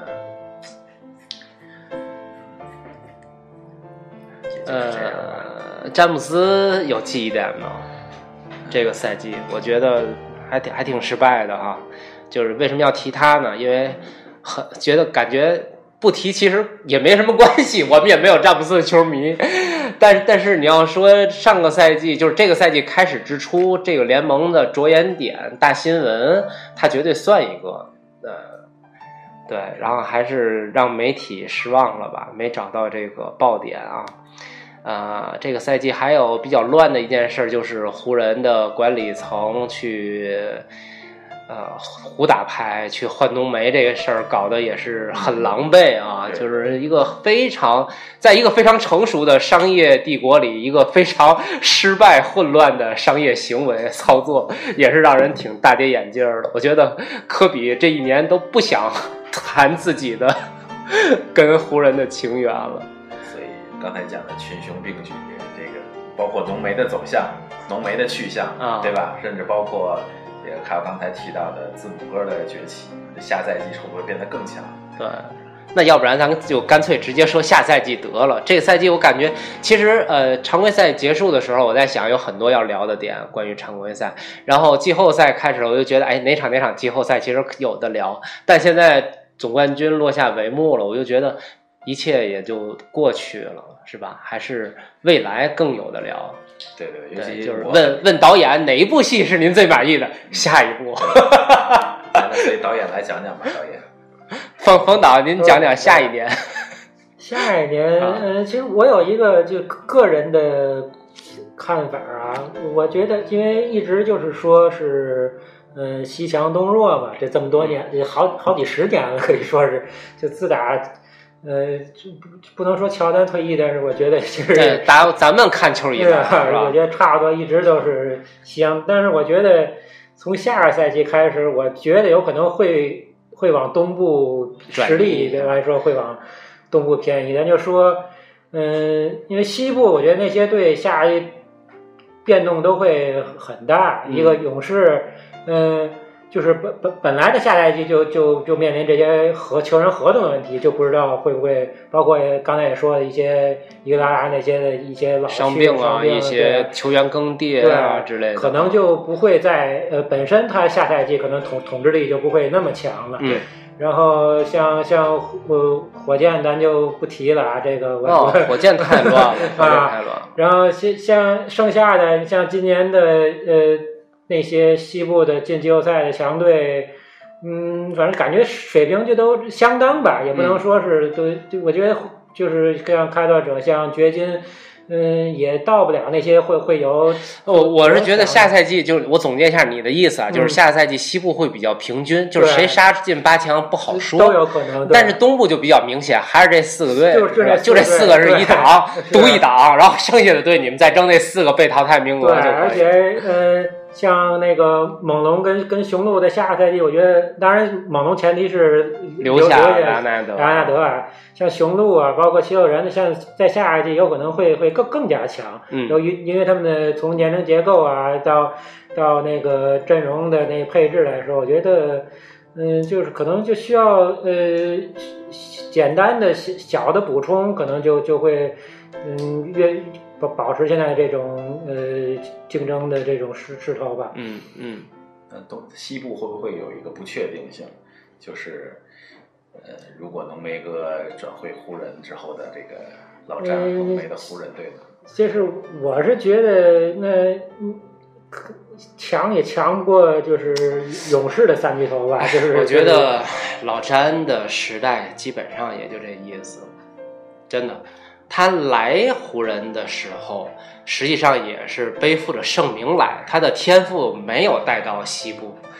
呢？詹姆斯有记忆点吗？这个赛季我觉得还挺失败的哈。就是为什么要提他呢？因为感觉不提其实也没什么关系，我们也没有詹姆斯的球迷。但是你要说上个赛季，就是这个赛季开始之初，这个联盟的着眼点、大新闻，他绝对算一个。对，然后还是让媒体失望了吧，没找到这个爆点啊。这个赛季还有比较乱的一件事，就是湖人的管理层去胡打牌去换冬梅这个事儿搞得也是很狼狈啊，就是在一个非常成熟的商业帝国里，一个非常失败混乱的商业行为操作，也是让人挺大跌眼镜的。我觉得科比这一年都不想谈自己的跟湖人的情缘了。 所以刚才讲的群雄并举，这个包括浓眉的走向、浓眉的去向，对吧？甚至包括还有刚才提到的字母哥的崛起，下赛季会不会变得更强？ 对，那要不然咱们就干脆直接说下赛季得了。这个赛季我感觉其实常规赛结束的时候，我在想有很多要聊的点关于常规赛，然后季后赛开始了，我就觉得哪场季后赛其实有的聊，但现在总冠军落下帷幕了，我就觉得一切也就过去了，是吧？还是未来更有的聊。 对，尤其就是问导演哪一部戏是您最满意的，下一部。 那所以导演来讲讲吧，导演。 冯导，您讲讲下一年。 下一年，其实我有一个就个人的看法啊，我觉得因为一直就是说是西强东弱嘛，这么多年，好几十年了，可以说是就自打。不能说乔丹退役，但是我觉得其实咱们看球以来， 我觉得差不多一直都是香。但是我觉得从下个赛季开始，我觉得有可能会往东部实力来说会往东部偏移。咱就说，因为西部我觉得那些队下一变动都会很大。一个勇士，就是本来的下赛季就面临这些球员合同的问题，就不知道会不会包括刚才也说的一些伊戈达拉那些的一些老伤病一些球员更迭之类的， 可能就不会在本身他下赛季可能统治力就不会那么强了。然后像火箭咱就不提了啊，这个火箭太乱了，太乱。 然后像剩下的像今年的那些西部的进季后赛的强队，反正感觉水平就都相当吧，也不能说是都，我觉得就是像开拓者、像掘金，也到不了那些会有。 我是觉得下赛季就是我总结一下你的意思啊，就是下赛季西部会比较平均，就是谁杀进8强不好说， 都有可能。 但是东部就比较明显，还是这4个队， 就这4个是一档独一档，然后剩下的队你们再争那4个被淘汰名额就可以。 对，而且像那个猛龙跟雄鹿在下个赛季，我觉得当然猛龙前提是留下莱昂纳德啊，像雄鹿啊，包括76人，像在下个赛季有可能会更加强。由于因为他们的从年龄结构啊到那个阵容的那个配置来说，我觉得就是可能就需要简单的小的补充，可能就会越保持现在这种竞争的这种势头吧。 西部会不会有一个不确定性？就是如果浓眉哥转会湖人之后的这个老詹浓眉的湖人队呢？ 就是我是觉得那强也强不过就是勇士的3巨头吧。就是我觉得老詹的时代基本上也就这意思，真的。他来湖人的时候实际上也是背负着盛名来，他的天赋没有带到西部，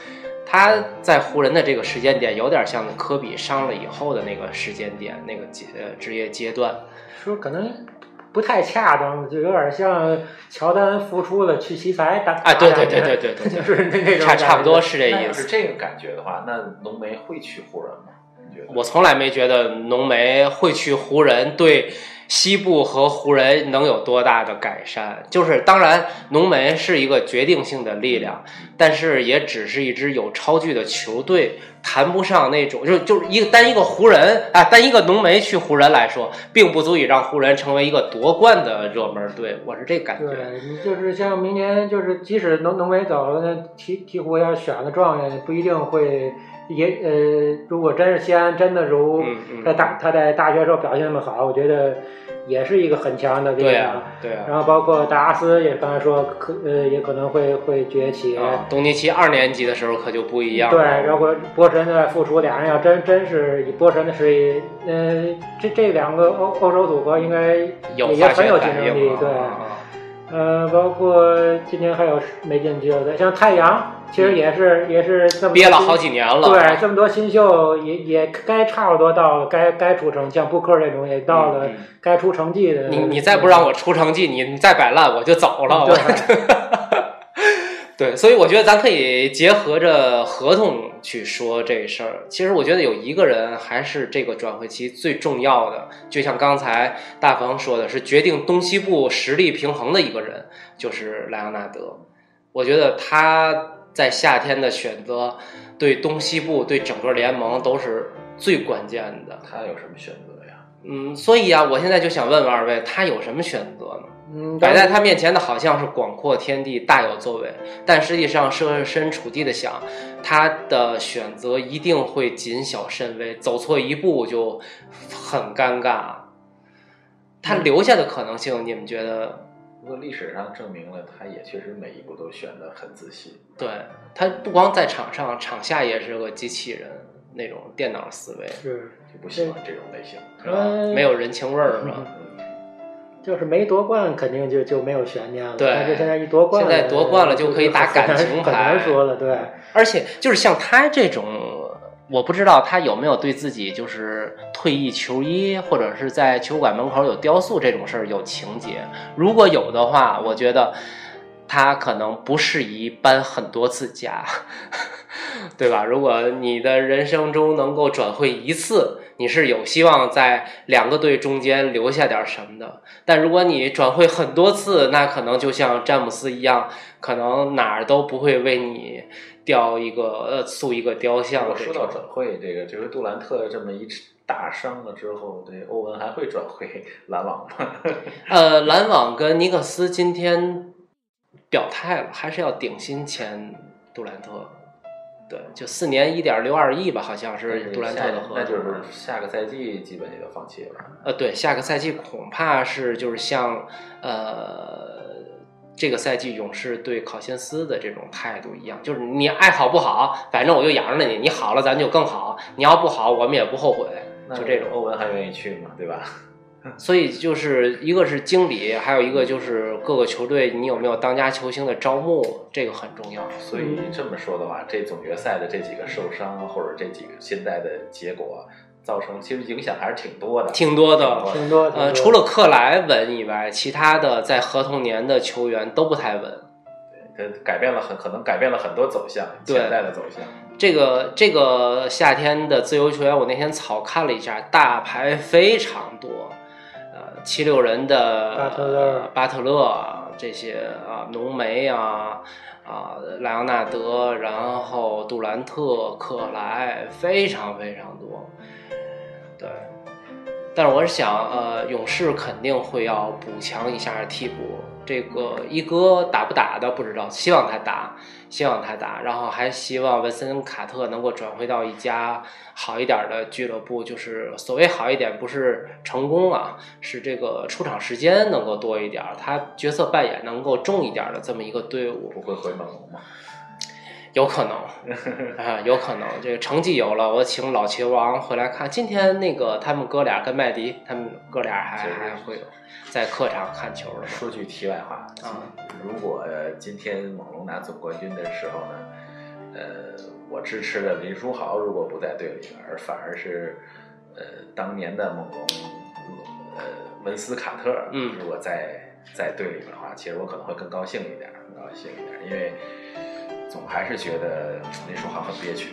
他在湖人的这个时间点有点像科比伤了以后的那个时间点，那个职业阶段， 说可能不太恰当，就有点像乔丹复出了去奇才打对， 就是那种差不多是这意思。 要是这个感觉的话，那浓眉会去湖人吗？你觉得？ 我从来没觉得浓眉会去湖人对西部和湖人能有多大的改善，就是当然浓眉是一个决定性的力量，但是也只是一支有超巨的球队，谈不上那种就是单一个湖人啊，单一个浓眉去湖人来说，并不足以让湖人成为一个夺冠的热门队，我是这感觉。 对，你就是像明年就是即使浓眉走了，那鹈鹕要选个状元，不一定会。如果真是西安真的如他在大学时候表现那么好，我觉得也是一个很强的力量。 对啊。 然后包括达拉斯也刚才说也可能会崛起。 东契奇2年级的时候可就不一样了。 对，然后波神的复出，俩人要真是以波神的实力，这两个欧洲组合应该也很有竞争力。对。包括今年还有没进季后赛，像太阳，其实也是这么憋了好几年了。 对，这么多新秀也该差不多到了该出成，像布克这种也到了该出成绩的。 你再不让我出成绩，你再摆烂我就走了。对，所以我觉得咱可以结合着合同去说这事儿。其实我觉得有一个人还是这个转会期最重要的，就像刚才大鹏说的，是决定东西部实力平衡的一个人，就是莱昂纳德。我觉得他在夏天的选择对东西部对整个联盟都是最关键的。 他有什么选择呀？ 所以啊，我现在就想问问二位，他有什么选择呢？摆在他面前的好像是广阔天地，大有作为，但实际上设身处地的想，他的选择一定会谨小慎微，走错一步就很尴尬。他留下的可能性，你们觉得？ 不过历史上证明了，他也确实每一步都选得很仔细。 对，他不光在场上，场下也是个机器人，那种电脑思维， 是就不喜欢这种类型，是吧？没有人情味儿，是吧？ 就是没夺冠，肯定就没有悬念了。 对， 但是现在一夺冠， 现在夺冠了就可以打感情牌， 很难说了。对， 而且就是像他这种，我不知道他有没有对自己就是退役球衣或者是在球馆门口有雕塑这种事儿有情节。如果有的话，我觉得他可能不适宜搬很多次家，对吧？如果你的人生中能够转会一次，你是有希望在两个队中间留下点什么的。但如果你转会很多次，那可能就像詹姆斯一样，可能哪儿都不会为你塑一个雕像。 说到转会，这个杜兰特这么一大伤了之后，对欧文还会转会篮网吗？ 篮网跟尼克斯今天表态了，还是要顶薪签杜兰特。对，就4年1.62亿吧，好像是杜兰特的合同。 那就是下个赛季基本也就放弃了。 对，下个赛季恐怕是就是像这个赛季勇士对考辛斯的这种态度一样，就是你爱好不好，反正我就养着你，你好了咱就更好，你要不好我们也不后悔，就这种。 欧文还愿意去吗？对吧？ 所以就是一个是经理，还有一个就是各个球队你有没有当家球星的招募，这个很重要。 所以这么说的话，这总决赛的这几个受伤或者这几个现在的结果，造成其实影响还是挺多的。 挺多的。除了克莱稳以外，其他的在合同年的球员都不太稳。 对，可能改变了很多走向，潜在的走向。 这个夏天的自由球员，我那天草看了一下，大牌非常多。76人的巴特勒这些浓眉莱昂纳德，然后杜兰特、克莱，非常非常多。对，但是我是想，勇士肯定会要补强一下替补。这个一哥打不打的不知道，希望他打，然后还希望文森卡特能够转回到一家好一点的俱乐部，就是所谓好一点，不是成功是这个出场时间能够多一点，他角色扮演能够重一点的这么一个队伍。 不会回猛龙吗？ 有可能有可能。这个成绩有了，我请老球王回来看。今天那个他们哥俩跟麦迪，他们哥俩还会在客场看球的。 说句题外话如果今天猛龙拿总冠军的时候呢， 我支持的林书豪如果不在队里，而反而是当年的猛龙文斯卡特，如果在队里面的话，其实我可能会更高兴一点，因为总还是觉得林书豪很憋屈。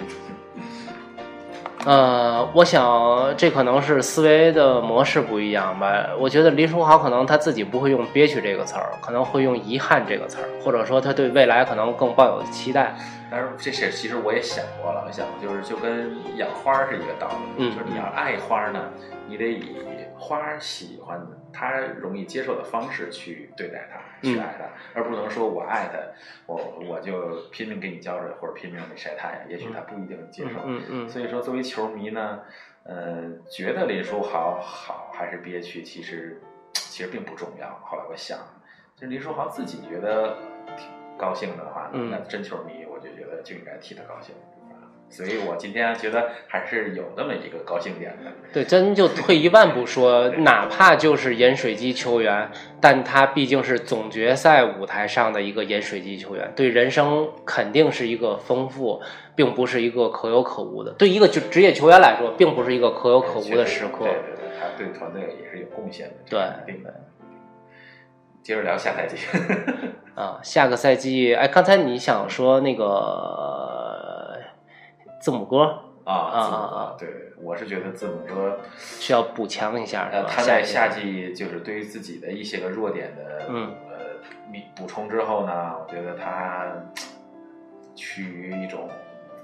我想这可能是思维的模式不一样吧。我觉得林书豪可能他自己不会用憋屈这个词儿，可能会用遗憾这个词儿，或者说他对未来可能更抱有期待。 但是这事其实我也想过了，就跟养花是一个道理，就是你要爱花呢，你得以花喜欢他容易接受的方式去对待它，去爱它，而不能说我爱它，我就拼命给你浇水或者拼命给你晒太阳，也许他不一定接受。所以说作为球迷呢，觉得林书豪好还是憋屈，其实并不重要。后来我想，就是林书豪自己觉得挺高兴的话，那真球迷我就觉得就应该替他高兴。所以我今天觉得还是有那么一个高兴点的。 对，真就退一万步说，哪怕就是饮水机球员，但他毕竟是总决赛舞台上的一个饮水机球员，对人生肯定是一个丰富，并不是一个可有可无的。对一个职业球员来说，并不是一个可有可无的时刻。 对，他对团队也是有贡献的。 对。 接着聊下赛季。 下个赛季，刚才你想说那个字母哥对，我是觉得字母哥需要补强一下。 他在夏季就是对于自己的一些个弱点的补充之后呢，我觉得他趋于一种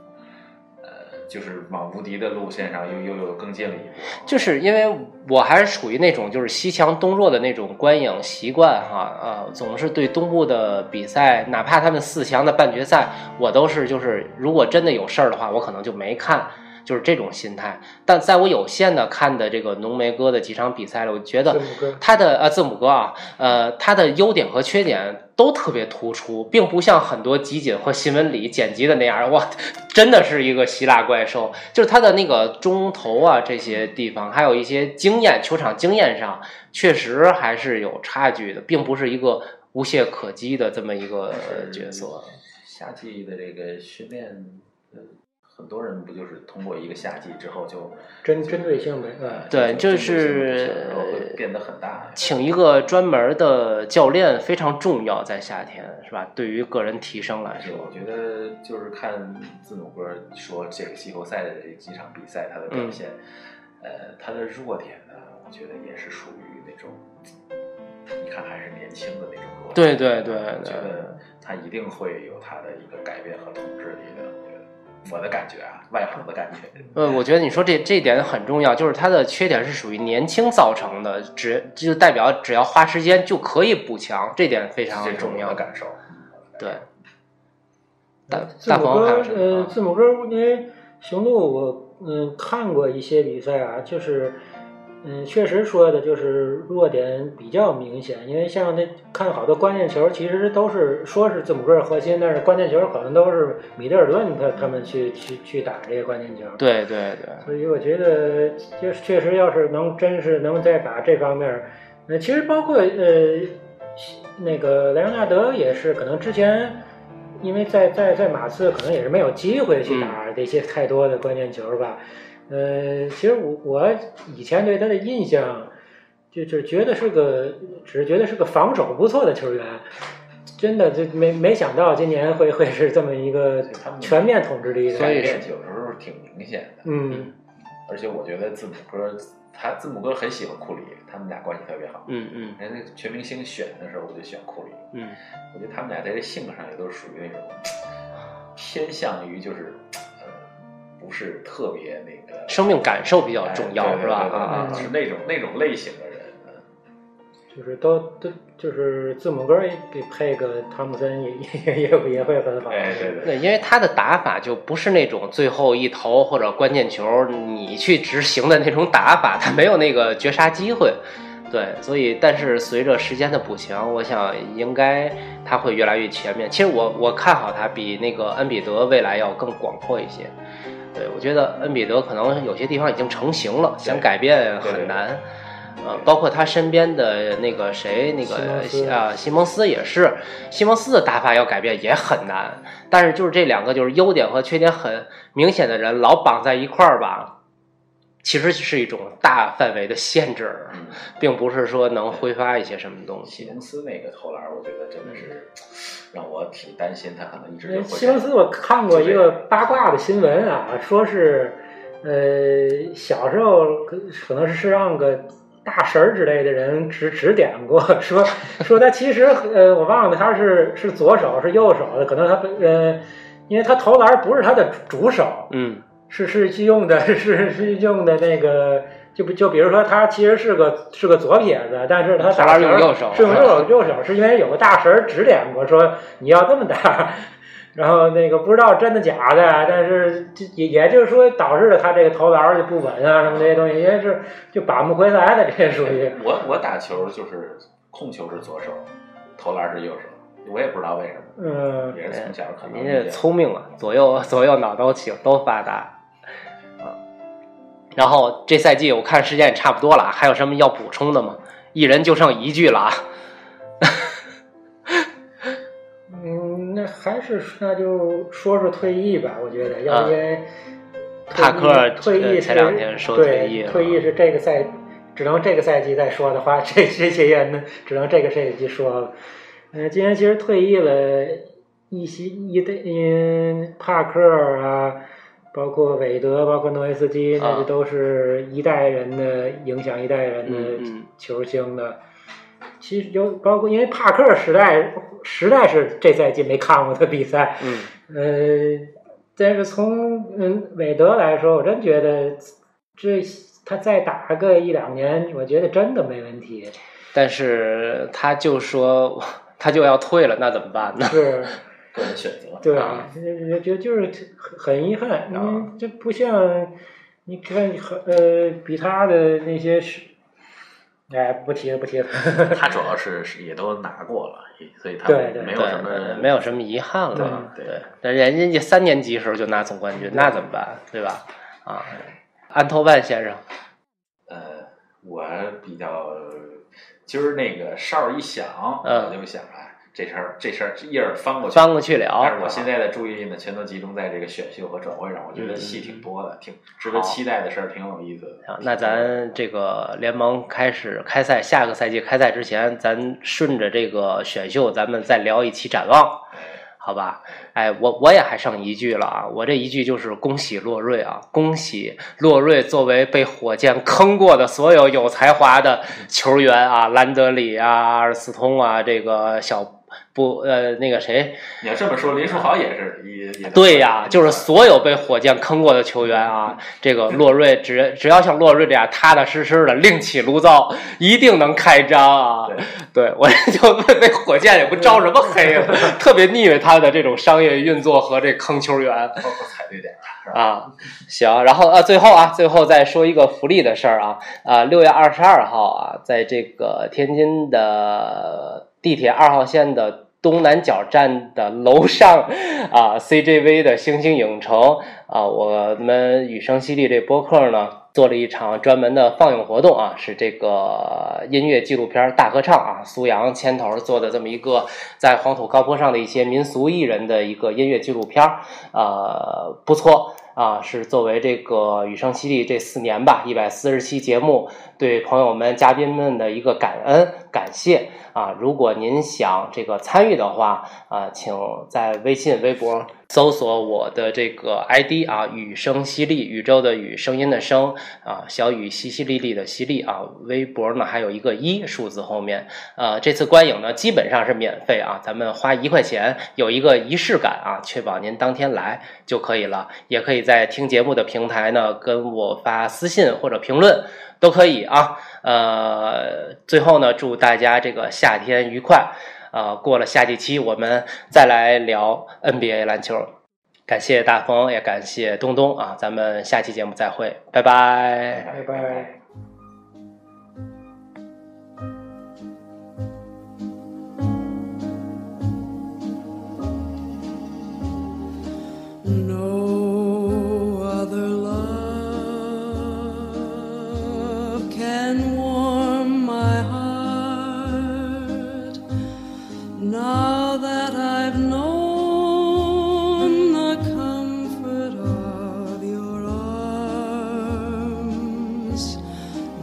就是往无敌的路线上又更近了一步。 就是因为我还是属于那种就是西强东弱的那种观影习惯总是对东部的比赛，哪怕他们4强的半决赛，我都是就是如果真的有事儿的话，我可能就没看，就是这种心态。但在我有限的看的这个浓眉哥的几场比赛里，我觉得他的字母哥他的优点和缺点都特别突出，并不像很多集锦和新闻里剪辑的那样，哇，真的是一个希腊怪兽。就是他的那个中投这些地方，还有一些经验，球场经验上确实还是有差距的，并不是一个无懈可击的这么一个角色。 夏季的这个训练很多人不就是通过一个夏季之后就针对性的， 对，就是会变得很大。 请一个专门的教练非常重要，在夏天是吧？对于个人提升来说， 我觉得就是看字母哥说这个季后赛的这几场比赛他的表现，他的弱点呢，我觉得也是属于那种，你看还是年轻的那种弱点。 对， 我觉得他一定会有他的一个改变和统治力的。我的感觉外行的感觉。 我觉得你说这一点很重要，就是他的缺点是属于年轻造成的，就代表只要花时间就可以补强，这点非常重要的感受。 对。 字母哥，字母哥，因为雄鹿我看过一些比赛就是确实说的就是弱点比较明显，因为像那看好多关键球，其实都是说是字母哥核心，但是关键球可能都是米德尔顿他们去打这些关键球。 对。 所以我觉得就是确实要是真是能在打这方面，其实包括那个莱昂纳德也是，可能之前因为在马刺可能也是没有机会去打这些太多的关键球吧。其实我以前对他的印象，就是觉得只是觉得是个防守不错的球员，真的就没想到今年会是这么一个全面统治力的， 所以是有时候挺明显的。而且我觉得字母哥很喜欢库里，他们俩关系特别好。人家全明星选的时候我就选库里。我觉得他们俩在这性格上也都是属于那种偏向于就是不是特别那个生命感受比较重要，是吧？ 是那种类型的人。 就是就是字母哥给配个汤普森也会很好。 对，因为他的打法就不是那种最后一投或者关键球你去执行的那种打法，他没有那个绝杀机会。对，所以但是随着时间的补强，我想应该他会越来越全面。其实我看好他比那个恩比德未来要更广阔一些。对，我觉得恩比德可能有些地方已经成型了，想改变很难。 包括他身边的那个谁，那个西蒙斯也是，西蒙斯的打法要改变也很难。但是就是这两个就是优点和缺点很明显的人老绑在一块儿吧，其实是一种大范围的限制，并不是说能挥发一些什么东西。 西蒙斯那个投篮，我觉得真的是让我挺担心，他可能一直就会。 西蒙斯我看过一个八卦的新闻啊，说是小时候可能是让个大神之类的人指点过，说他其实我忘了他是左手是右手的，可能他因为他投篮不是他的主手，是用的是用的那个就比如说他其实是个左撇子，但是他打用右手， 是用右手，是因为有个大神指点过说你要这么打。然后那个不知道真的假的，但是也就是说导致了他这个投篮就不稳啊什么这些东西，也是就把不回来的，这些属于。 我打球就是控球是左手，投篮是右手，我也不知道为什么。也是从小可能。 您这聪明了，左右脑都行，都发达。然后这赛季我看时间也差不多了，还有什么要补充的吗？一人就剩1句了啊。 那就说退役吧，我觉得，因为帕克退役前2天说退役了， 退役是只能这个赛季再说的话，这些人呢，只能这个赛季说了。今年其实退役了帕克啊，包括韦德，包括诺维斯基，那就都是一代人的影响一代人的球星的。其实包括因为帕克实在是这赛季没看过他比赛，但是从韦德来说，我真觉得他再打个1-2年，我觉得真的没问题。 但是他就说他就要退了，那怎么办呢？ 是个人选择， 对，就是很遗憾，这不像你看比他的那些不提了。 他主要是也都拿过了，所以他没有什么遗憾了。 对， 但人家3年级时候就拿总冠军，那怎么办？对吧？安托万先生， 我比较今儿那个哨一响，我就想这事儿一耳翻过去了。但是我现在的注意力呢，全都集中在这个选秀和转会上，我觉得戏挺多的，挺值得期待的事儿，挺有意思的。 那咱这个联盟开赛，下个赛季开赛之前，咱顺着这个选秀，咱们再聊一期展望，好吧？我也还剩1句了啊，我这1句就是恭喜洛瑞啊，恭喜洛瑞作为被火箭坑过的所有有才华的球员啊，兰德里啊、阿尔斯通啊，这个那个谁， 你要这么说，林书豪也是也对呀，就是所有被火箭坑过的球员啊，这个洛瑞只要像洛瑞这样踏踏实实的另起炉灶，一定能开张啊！对我就被火箭也不招什么黑了，特别腻歪他的这种商业运作和这坑球员， 踩对点啊。行，然后最后再说一个福利的事儿啊，6月22号啊，在这个天津的地铁2号线的东南角站的楼上啊 ，CJV 的星星影城啊，我们雨声犀利这播客呢做了一场专门的放映活动啊，是这个音乐纪录片大合唱啊，苏阳牵头做的这么一个在黄土高坡上的一些民俗艺人的一个音乐纪录片不错啊，是作为这个雨声犀利这4年吧140期节目对朋友们嘉宾们的一个感恩感谢啊，如果您想这个参与的话啊，请在微信微博搜索我的这个 ID 啊，雨声犀利，宇宙的宇，声音的声啊，小雨淅淅沥沥的淅沥啊，微博呢还有一个1数字后面，这次观影呢基本上是免费啊，咱们花1块钱有一个仪式感啊，确保您当天来就可以了，也可以在听节目的平台呢跟我发私信或者评论都可以啊。最后呢，祝大家这个夏天愉快。过了夏季期，我们再来聊 NBA 篮球。感谢大风，也感谢东东啊，咱们下期节目再会，拜拜， 拜拜。 Can warm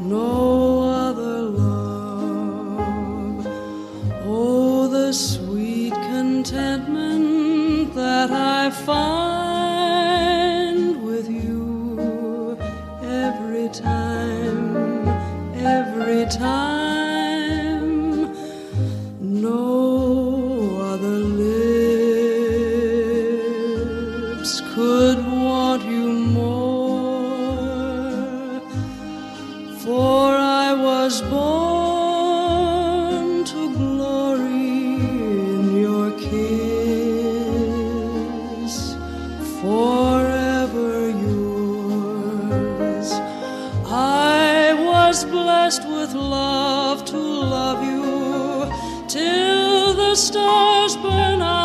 no other love. Oh, the sweet contentment that I find with you every time, every time. No other lips could want you more, for I was born to glory in your kiss, forever yours. I was blessed with love to love you till the stars burn out.